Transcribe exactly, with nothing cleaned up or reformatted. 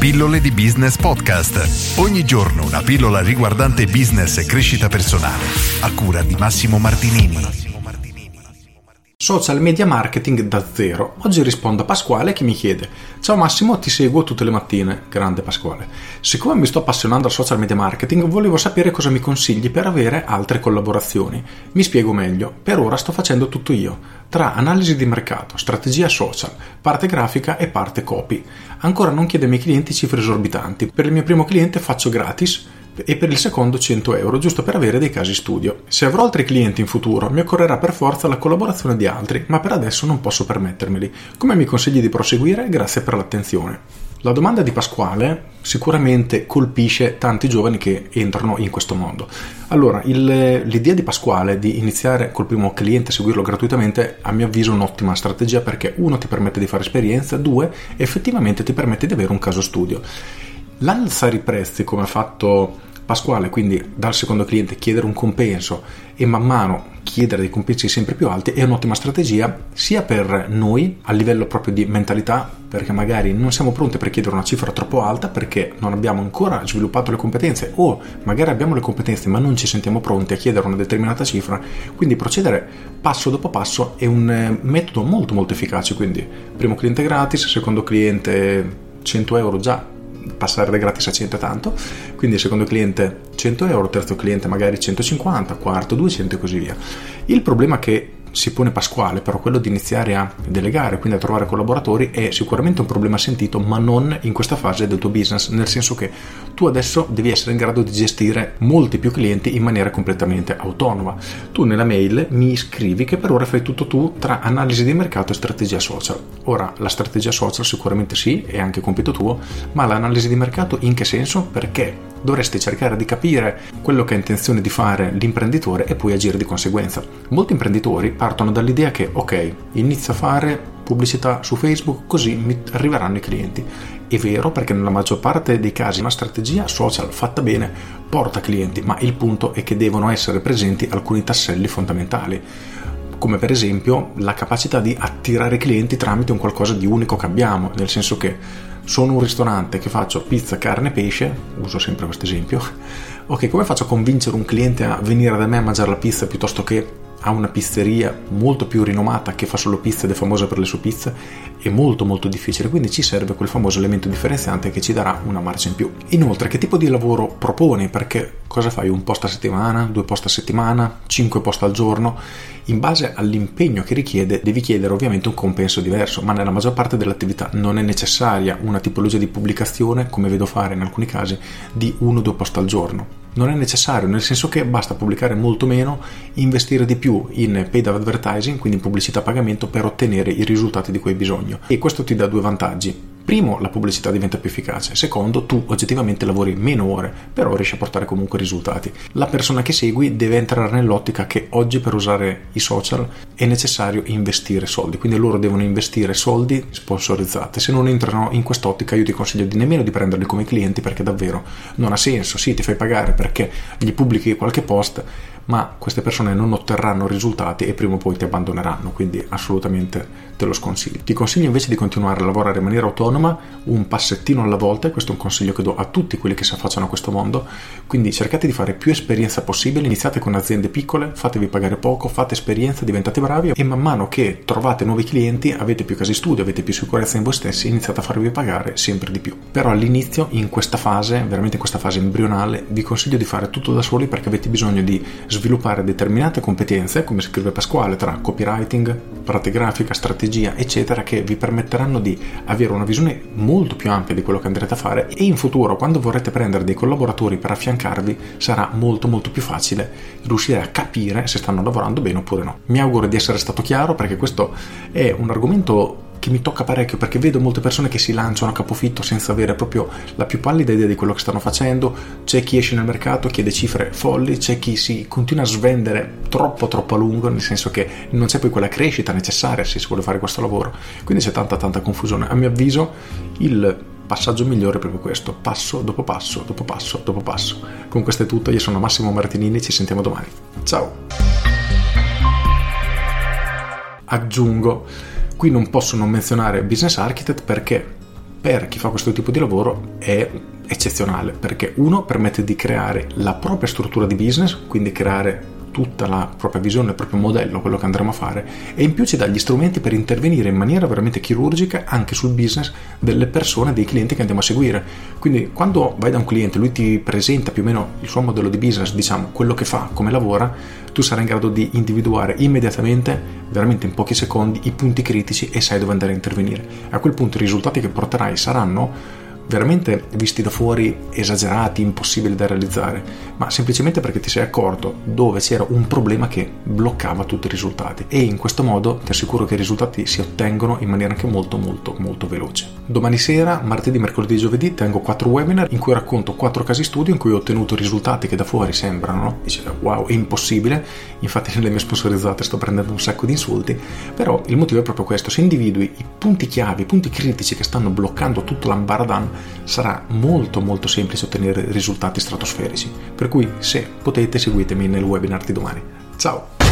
Pillole di Business Podcast. Ogni giorno una pillola riguardante business e crescita personale. A cura di Massimo Martinini. Social media marketing da zero. Oggi rispondo a Pasquale che mi chiede: ciao Massimo, ti seguo tutte le mattine. Grande Pasquale. Siccome mi sto appassionando al social media marketing, volevo sapere cosa mi consigli per avere altre collaborazioni. Mi spiego meglio. Per ora sto facendo tutto io, tra analisi di mercato, strategia social, parte grafica e parte copy. Ancora non chiedo ai miei clienti cifre esorbitanti. Per il mio primo cliente faccio gratis e per il secondo cento euro, giusto per avere dei casi studio. Se avrò altri clienti in futuro mi occorrerà per forza la collaborazione di altri, ma per adesso non posso permettermeli. Come mi consigli di proseguire? Grazie per l'attenzione. La domanda di Pasquale sicuramente colpisce tanti giovani che entrano in questo mondo. Allora, il, l'idea di Pasquale di iniziare col primo cliente e seguirlo gratuitamente, a mio avviso, è un'ottima strategia, perché uno, ti permette di fare esperienza, due, effettivamente ti permette di avere un caso studio. L'alzare i prezzi come ha fatto Pasquale, quindi dal secondo cliente chiedere un compenso e man mano chiedere dei compensi sempre più alti, è un'ottima strategia sia per noi a livello proprio di mentalità, perché magari non siamo pronti per chiedere una cifra troppo alta perché non abbiamo ancora sviluppato le competenze, o magari abbiamo le competenze ma non ci sentiamo pronti a chiedere una determinata cifra. Quindi procedere passo dopo passo è un metodo molto molto efficace. Quindi primo cliente gratis, secondo cliente cento euro, già passare da gratis a cento è tanto, quindi secondo cliente cento euro, terzo cliente magari centocinquanta, quarto duecento e così via. Il problema che si pone Pasquale, però, quello di iniziare a delegare, quindi a trovare collaboratori, è sicuramente un problema sentito, ma non in questa fase del tuo business, nel senso che tu adesso devi essere in grado di gestire molti più clienti in maniera completamente autonoma. Tu nella mail mi scrivi che per ora fai tutto tu tra analisi di mercato e strategia social. Ora, la strategia social sicuramente sì, è anche compito tuo, ma l'analisi di mercato in che senso? Perché dovresti cercare di capire quello che ha intenzione di fare l'imprenditore e poi agire di conseguenza. Molti imprenditori partono dall'idea che ok, inizio a fare pubblicità su Facebook così mi arriveranno i clienti. È vero, perché nella maggior parte dei casi una strategia social fatta bene porta clienti, ma il punto è che devono essere presenti alcuni tasselli fondamentali, come per esempio la capacità di attirare clienti tramite un qualcosa di unico che abbiamo, nel senso che sono un ristorante che faccio pizza, carne, pesce, uso sempre questo esempio. Ok, come faccio a convincere un cliente a venire da me a mangiare la pizza piuttosto che a una pizzeria molto più rinomata che fa solo pizza ed è famosa per le sue pizze? È molto molto difficile, quindi ci serve quel famoso elemento differenziante che ci darà una marcia in più. Inoltre, che tipo di lavoro proponi? Perché cosa fai? Un post a settimana, due post a settimana, cinque post al giorno? In base all'impegno che richiede devi chiedere ovviamente un compenso diverso, ma nella maggior parte delle attività non è necessaria una tipologia di pubblicazione, come vedo fare in alcuni casi, di uno o due post al giorno. Non è necessario, nel senso che basta pubblicare molto meno, investire di più in paid advertising, quindi in pubblicità a pagamento, per ottenere i risultati di cui hai bisogno. E questo ti dà due vantaggi. Primo, la pubblicità diventa più efficace. Secondo, tu oggettivamente lavori meno ore, però riesci a portare comunque risultati. La persona che segui deve entrare nell'ottica che oggi per usare i social è necessario investire soldi, quindi loro devono investire soldi sponsorizzati. Se non entrano in quest'ottica, io ti consiglio di nemmeno di prenderli come clienti, perché davvero non ha senso. Sì, ti fai pagare perché gli pubblichi qualche post, ma queste persone non otterranno risultati e prima o poi ti abbandoneranno, quindi assolutamente te lo sconsiglio. Ti consiglio invece di continuare a lavorare in maniera autonoma, un passettino alla volta, e questo è un consiglio che do a tutti quelli che si affacciano a questo mondo. Quindi cercate di fare più esperienza possibile, iniziate con aziende piccole, fatevi pagare poco, fate esperienza, diventate bravi e man mano che trovate nuovi clienti, avete più casi studio, avete più sicurezza in voi stessi, iniziate a farvi pagare sempre di più. Però all'inizio, in questa fase, veramente in questa fase embrionale, vi consiglio di fare tutto da soli, perché avete bisogno di sviluppare determinate competenze, come scrive Pasquale, tra copywriting, parte grafica, strategia, eccetera, che vi permetteranno di avere una visione molto più ampia di quello che andrete a fare, e in futuro, quando vorrete prendere dei collaboratori per affiancarvi, sarà molto molto più facile riuscire a capire se stanno lavorando bene oppure no. Mi auguro di essere stato chiaro, perché questo è un argomento che mi tocca parecchio, perché vedo molte persone che si lanciano a capofitto senza avere proprio la più pallida idea di quello che stanno facendo. C'è chi esce nel mercato, chiede cifre folli, c'è chi si continua a svendere troppo troppo a lungo, nel senso che non c'è poi quella crescita necessaria se si vuole fare questo lavoro, quindi c'è tanta tanta confusione. A mio avviso il passaggio migliore è proprio questo, passo dopo passo dopo passo dopo passo. Con questo è tutto, io sono Massimo Martinini, ci sentiamo domani, ciao. Aggiungo, qui non posso non menzionare Business Architect, perché per chi fa questo tipo di lavoro è eccezionale, perché uno permette di creare la propria struttura di business, quindi creare tutta la propria visione, il proprio modello, quello che andremo a fare, e in più ci dà gli strumenti per intervenire in maniera veramente chirurgica anche sul business delle persone, dei clienti che andiamo a seguire. Quindi quando vai da un cliente, lui ti presenta più o meno il suo modello di business, diciamo quello che fa, come lavora, tu sarai in grado di individuare immediatamente, veramente in pochi secondi, i punti critici e sai dove andare a intervenire. A quel punto i risultati che porterai saranno veramente visti da fuori esagerati, impossibili da realizzare, ma semplicemente perché ti sei accorto dove c'era un problema che bloccava tutti i risultati, e in questo modo ti assicuro che i risultati si ottengono in maniera anche molto molto molto veloce. Domani sera, martedì, mercoledì e giovedì, tengo quattro webinar in cui racconto quattro casi studio in cui ho ottenuto risultati che da fuori sembrano, no? Dice wow, è impossibile. Infatti nelle mie sponsorizzate sto prendendo un sacco di insulti, però il motivo è proprio questo: se individui i punti chiavi, i punti critici che stanno bloccando tutto l'ambaradan, sarà molto molto semplice ottenere risultati stratosferici. Per cui, se potete, seguitemi nel webinar di domani. Ciao!